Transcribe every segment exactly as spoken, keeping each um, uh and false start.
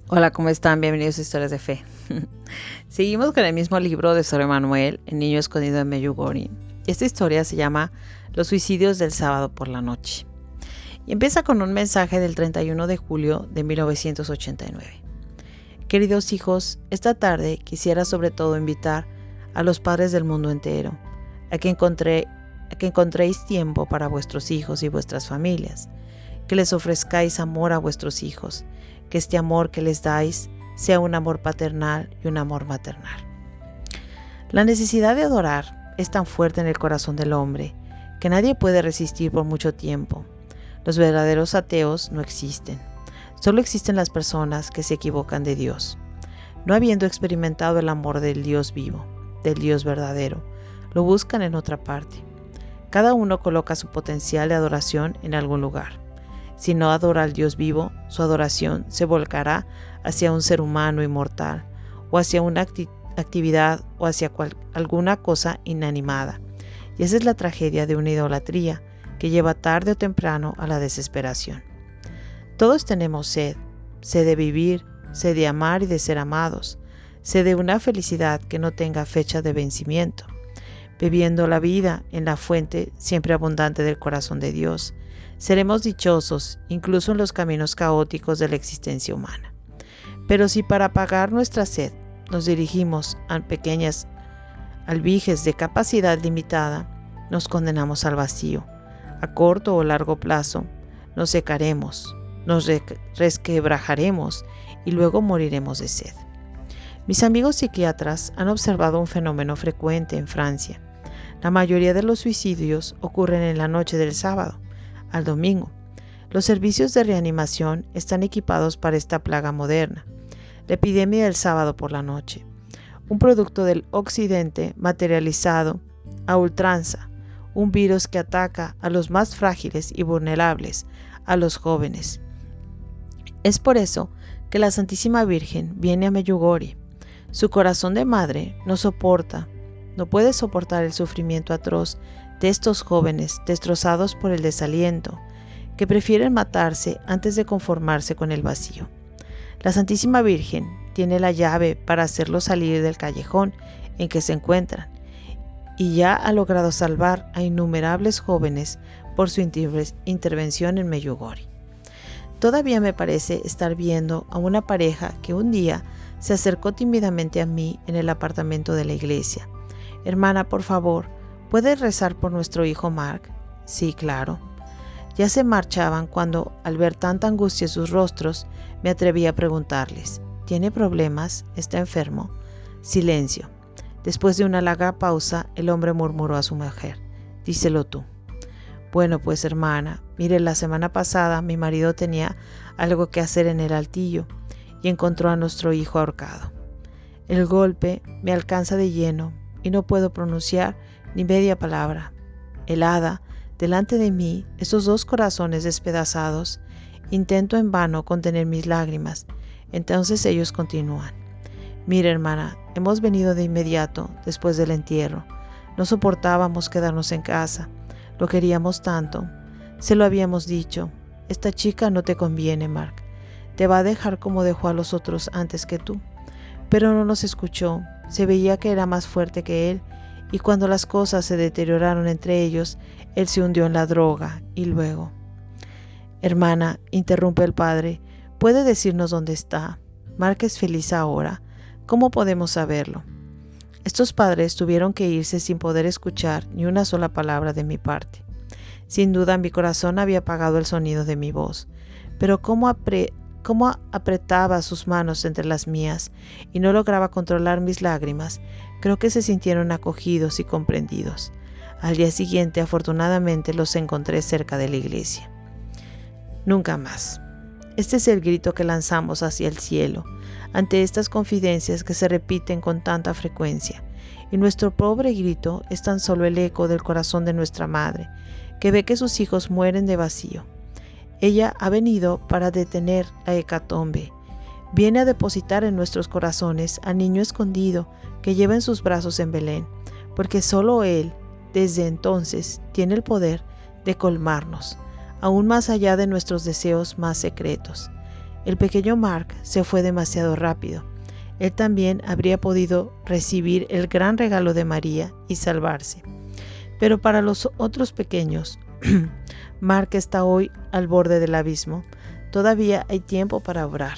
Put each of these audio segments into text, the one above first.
Hola, ¿cómo están? Bienvenidos a Historias de Fe. Seguimos con el mismo libro de Sor Emanuel, El niño escondido en Medjugorje. Esta historia se llama Los suicidios del sábado por la noche. Y empieza con un mensaje del treinta y uno de julio de mil novecientos ochenta y nueve. Queridos hijos, esta tarde quisiera sobre todo invitar a los padres del mundo entero a que, encontré, a que encontréis tiempo para vuestros hijos y vuestras familias, que les ofrezcáis amor a vuestros hijos, que este amor que les dais sea un amor paternal y un amor maternal. La necesidad de adorar es tan fuerte en el corazón del hombre que nadie puede resistir por mucho tiempo. Los verdaderos ateos no existen. Solo existen las personas que se equivocan de Dios, no habiendo experimentado el amor del Dios vivo, del Dios verdadero. Lo buscan en otra parte. Cada uno coloca su potencial de adoración en algún lugar. Si no adora al Dios vivo, su adoración se volcará hacia un ser humano inmortal, o hacia una acti- actividad o hacia cual- alguna cosa inanimada. Y esa es la tragedia de una idolatría que lleva tarde o temprano a la desesperación. Todos tenemos sed, sed de vivir, sed de amar y de ser amados, sed de una felicidad que no tenga fecha de vencimiento, bebiendo la vida en la fuente siempre abundante del corazón de Dios. Seremos dichosos, incluso en los caminos caóticos de la existencia humana. Pero si para apagar nuestra sed nos dirigimos a pequeñas albijes de capacidad limitada, nos condenamos al vacío. A corto o largo plazo, nos secaremos, nos resquebrajaremos y luego moriremos de sed. Mis amigos psiquiatras han observado un fenómeno frecuente en Francia. La mayoría de los suicidios ocurren en la noche del sábado al domingo. Los servicios de reanimación están equipados para esta plaga moderna, la epidemia del sábado por la noche, un producto del occidente materializado a ultranza, un virus que ataca a los más frágiles y vulnerables, a los jóvenes. Es por eso que la Santísima Virgen viene a Medjugorje. Su corazón de madre no soporta, no puede soportar el sufrimiento atroz de estos jóvenes destrozados por el desaliento, que prefieren matarse antes de conformarse con el vacío. La Santísima Virgen tiene la llave para hacerlos salir del callejón en que se encuentran, y ya ha logrado salvar a innumerables jóvenes por su inter- intervención en Medjugorje. Todavía me parece estar viendo a una pareja que un día se acercó tímidamente a mí en el apartamento de la iglesia. Hermana, por favor, ¿puedes rezar por nuestro hijo Mark? Sí, claro. Ya se marchaban cuando, al ver tanta angustia en sus rostros, me atreví a preguntarles, ¿tiene problemas? ¿Está enfermo? Silencio. Después de una larga pausa, el hombre murmuró a su mujer, díselo tú. Bueno, pues hermana, mire, la semana pasada mi marido tenía algo que hacer en el altillo y encontró a nuestro hijo ahorcado. El golpe me alcanza de lleno y no puedo pronunciar ni media palabra. Helada, delante de mí, esos dos corazones despedazados, intento en vano contener mis lágrimas. Entonces ellos continúan. Mira, hermana, hemos venido de inmediato después del entierro. No soportábamos quedarnos en casa. Lo queríamos tanto. Se lo habíamos dicho. Esta chica no te conviene, Mark. Te va a dejar como dejó a los otros antes que tú. Pero no nos escuchó. Se veía que era más fuerte que él, y cuando las cosas se deterioraron entre ellos, él se hundió en la droga, y luego... Hermana, interrumpe el padre, ¿puede decirnos dónde está? Mark es feliz ahora. ¿Cómo podemos saberlo? Estos padres tuvieron que irse sin poder escuchar ni una sola palabra de mi parte. Sin duda mi corazón había apagado el sonido de mi voz, pero cómo, apre cómo apretaba sus manos entre las mías y no lograba controlar mis lágrimas, creo que se sintieron acogidos y comprendidos. Al día siguiente, afortunadamente, los encontré cerca de la iglesia. Nunca más. Este es el grito que lanzamos hacia el cielo, ante estas confidencias que se repiten con tanta frecuencia, y nuestro pobre grito es tan solo el eco del corazón de nuestra madre, que ve que sus hijos mueren de vacío. Ella ha venido para detener la hecatombe. Viene a depositar en nuestros corazones al niño escondido que lleva en sus brazos en Belén, porque solo Él, desde entonces, tiene el poder de colmarnos, aún más allá de nuestros deseos más secretos. El pequeño Mark se fue demasiado rápido. Él también habría podido recibir el gran regalo de María y salvarse. Pero para los otros pequeños, Mark está hoy al borde del abismo. Todavía hay tiempo para obrar.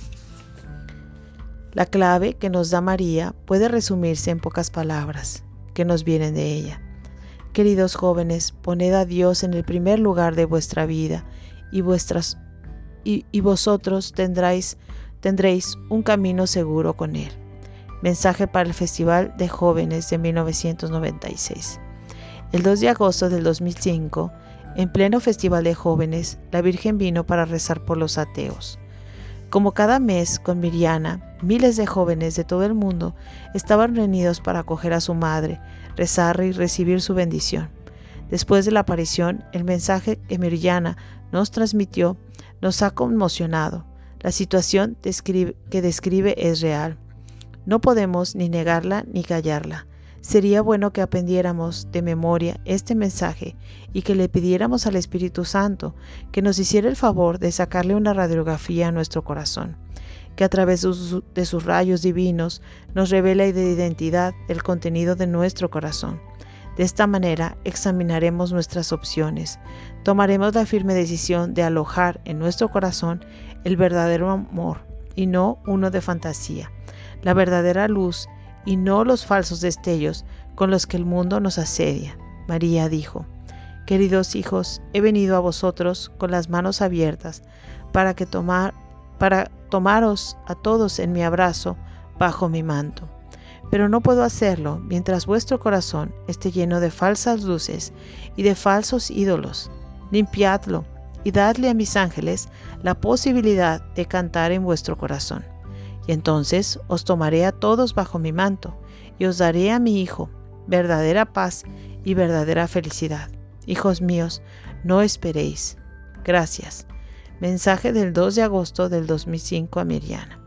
La clave que nos da María puede resumirse en pocas palabras que nos vienen de ella. Queridos jóvenes, poned a Dios en el primer lugar de vuestra vida y, vuestras, y, y vosotros tendréis, tendréis un camino seguro con Él. Mensaje para el Festival de Jóvenes de mil novecientos noventa y seis. El dos de agosto del dos mil cinco, en pleno Festival de Jóvenes, la Virgen vino para rezar por los ateos. Como cada mes con Miriana, miles de jóvenes de todo el mundo estaban reunidos para acoger a su madre, rezar y recibir su bendición. Después de la aparición, el mensaje que Miriana nos transmitió nos ha conmocionado. La situación describe, que describe es real. No podemos ni negarla ni callarla. Sería bueno que aprendiéramos de memoria este mensaje y que le pidiéramos al Espíritu Santo que nos hiciera el favor de sacarle una radiografía a nuestro corazón, que a través de sus, de sus rayos divinos nos revele de identidad el contenido de nuestro corazón. De esta manera examinaremos nuestras opciones, tomaremos la firme decisión de alojar en nuestro corazón el verdadero amor y no uno de fantasía, la verdadera luz y no los falsos destellos con los que el mundo nos asedia. María dijo: queridos hijos, he venido a vosotros con las manos abiertas para, que tomar, para tomaros a todos en mi abrazo bajo mi manto. Pero no puedo hacerlo mientras vuestro corazón esté lleno de falsas luces y de falsos ídolos. Limpiadlo y dadle a mis ángeles la posibilidad de cantar en vuestro corazón. Y entonces os tomaré a todos bajo mi manto y os daré a mi Hijo verdadera paz y verdadera felicidad. Hijos míos, no esperéis. Gracias. Mensaje del dos de agosto del dos mil cinco a Miriana.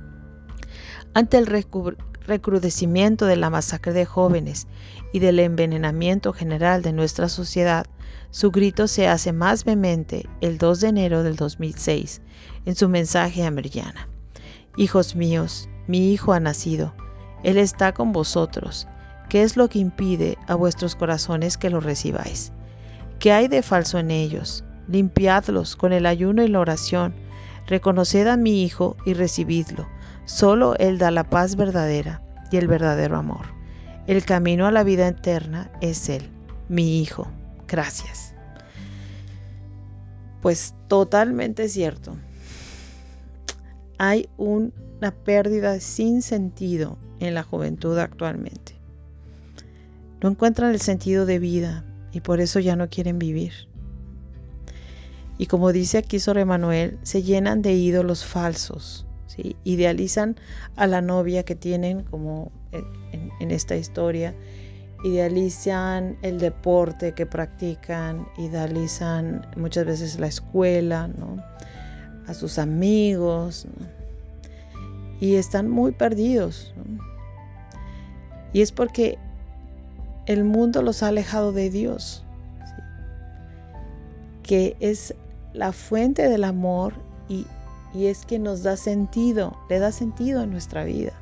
Ante el recrudecimiento de la masacre de jóvenes y del envenenamiento general de nuestra sociedad, su grito se hace más vehemente el dos de enero del dos mil seis en su mensaje a Miriana. Hijos míos, mi Hijo ha nacido, Él está con vosotros. ¿Qué es lo que impide a vuestros corazones que lo recibáis? ¿Qué hay de falso en ellos? Limpiadlos con el ayuno y la oración. Reconoced a mi Hijo y recibidlo. Solo Él da la paz verdadera y el verdadero amor. El camino a la vida eterna es Él, mi Hijo. Gracias. Pues totalmente cierto. Hay una pérdida sin sentido en la juventud actualmente. No encuentran el sentido de vida y por eso ya no quieren vivir. Y como dice aquí Sor Emanuel, se llenan de ídolos falsos, ¿sí? Idealizan a la novia que tienen, como en, en esta historia, idealizan el deporte que practican, idealizan muchas veces la escuela, ¿no? A sus amigos, ¿no? Y están muy perdidos, ¿no? Y es porque el mundo los ha alejado de Dios, ¿sí? Que es la fuente del amor y, y es que nos da sentido, le da sentido a nuestra vida.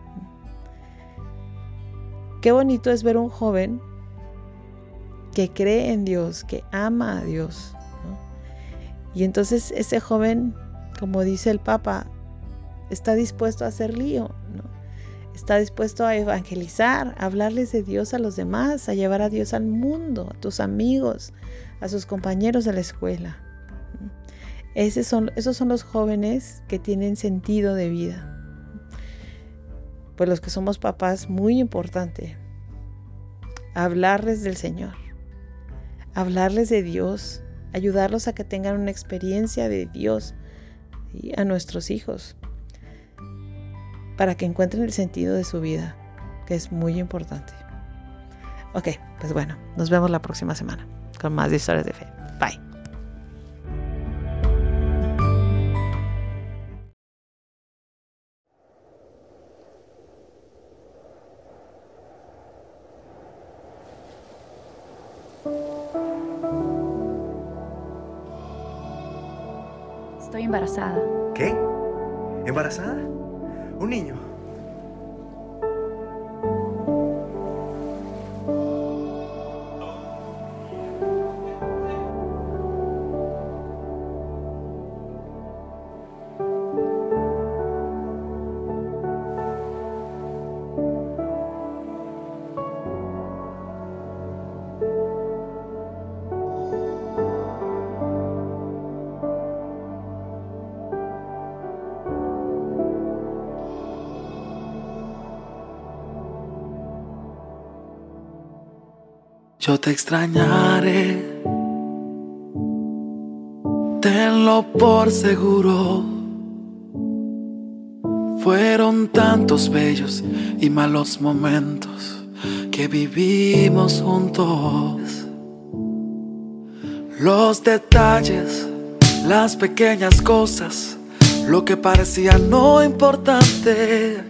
Qué bonito es ver un joven que cree en Dios, que ama a Dios, ¿no? Y entonces ese joven, como dice el Papa, está dispuesto a hacer lío, ¿no? Está dispuesto a evangelizar, a hablarles de Dios a los demás, a llevar a Dios al mundo, a tus amigos, a sus compañeros de la escuela. Esos son, esos son los jóvenes que tienen sentido de vida. Pues los que somos papás, muy importante, hablarles del Señor, hablarles de Dios, ayudarlos a que tengan una experiencia de Dios, ¿sí? A nuestros hijos, para que encuentren el sentido de su vida, que es muy importante. Ok, pues bueno, nos vemos la próxima semana con más de historias de fe. Bye. Estoy embarazada. ¿Qué? ¿Embarazada? ¿Un niño? Yo te extrañaré, tenlo por seguro. Fueron tantos bellos y malos momentos que vivimos juntos. Los detalles, las pequeñas cosas, lo que parecía no importante,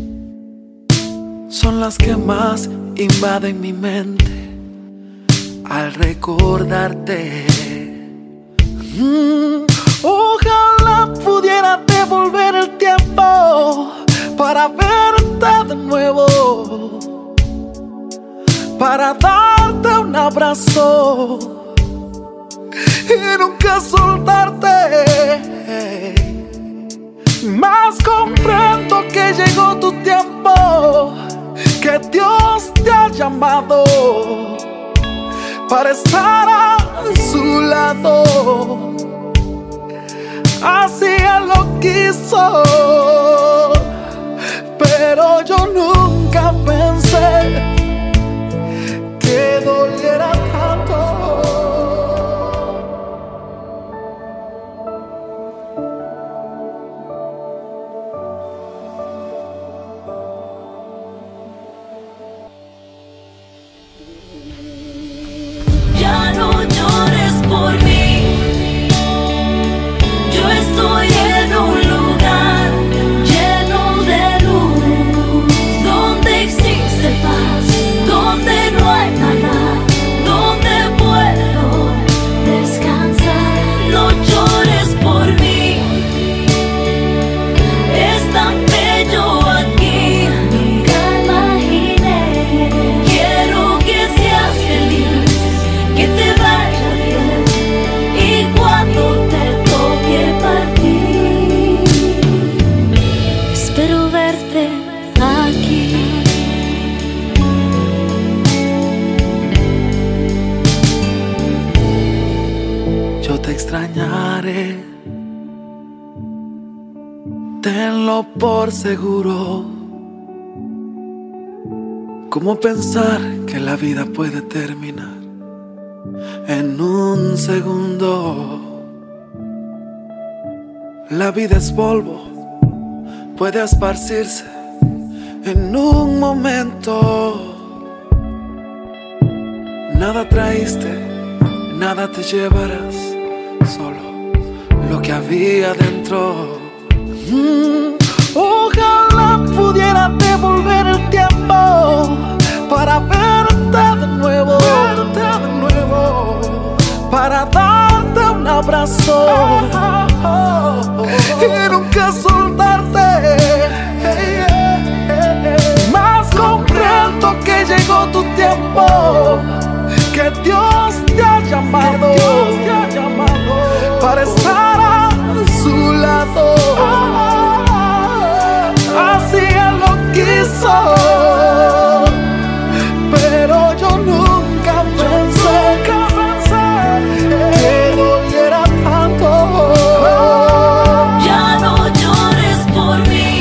son las que más invaden mi mente al recordarte. mm, Ojalá pudiera devolver el tiempo para verte de nuevo, para darte un abrazo y nunca soltarte. Mas comprendo que llegó tu tiempo, que Dios te ha llamado para estar a su lado. Así Él lo quiso, pero yo nunca pensé que doliera tanto. Ya no llores por mí, yo estoy en un lugar lleno de luz, donde existe paz, donde no hay maldad, donde puedo descansar. No llores por mí, es tan bello aquí, nunca imaginé. Quiero que seas feliz, que te vaya bien, y cuando te toque partir, espero verte aquí. Yo te extrañaré, tenlo por seguro. ¿Cómo pensar que la vida puede terminar en un segundo? La vida es polvo, puede esparcirse en un momento. Nada traíste, nada te llevarás, solo lo que había dentro. Mm, Ojalá pudiera devolver el tiempo para verte de nuevo, verte de nuevo, para darte un abrazo y nunca soltarte. Mas comprendo que llegó tu tiempo, que Dios te ha llamado, te ha llamado para estar a su lado. Así Él lo quiso, pero yo nunca pensé que doliera tanto. Ya no llores por mí,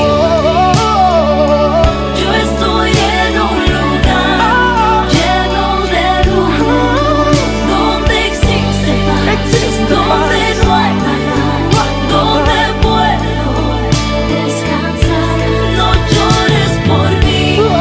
yo estoy en un lugar lleno de luz, donde existe paz, donde no hay maldad, donde puedo descansar. No llores por mí,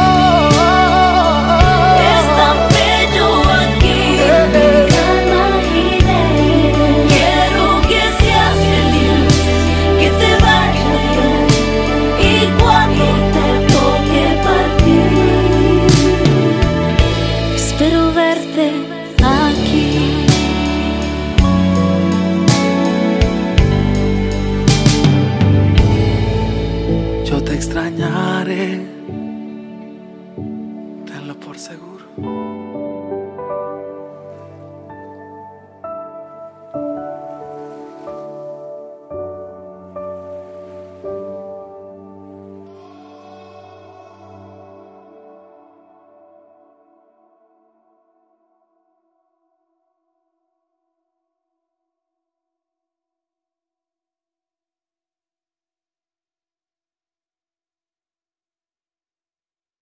por seguro.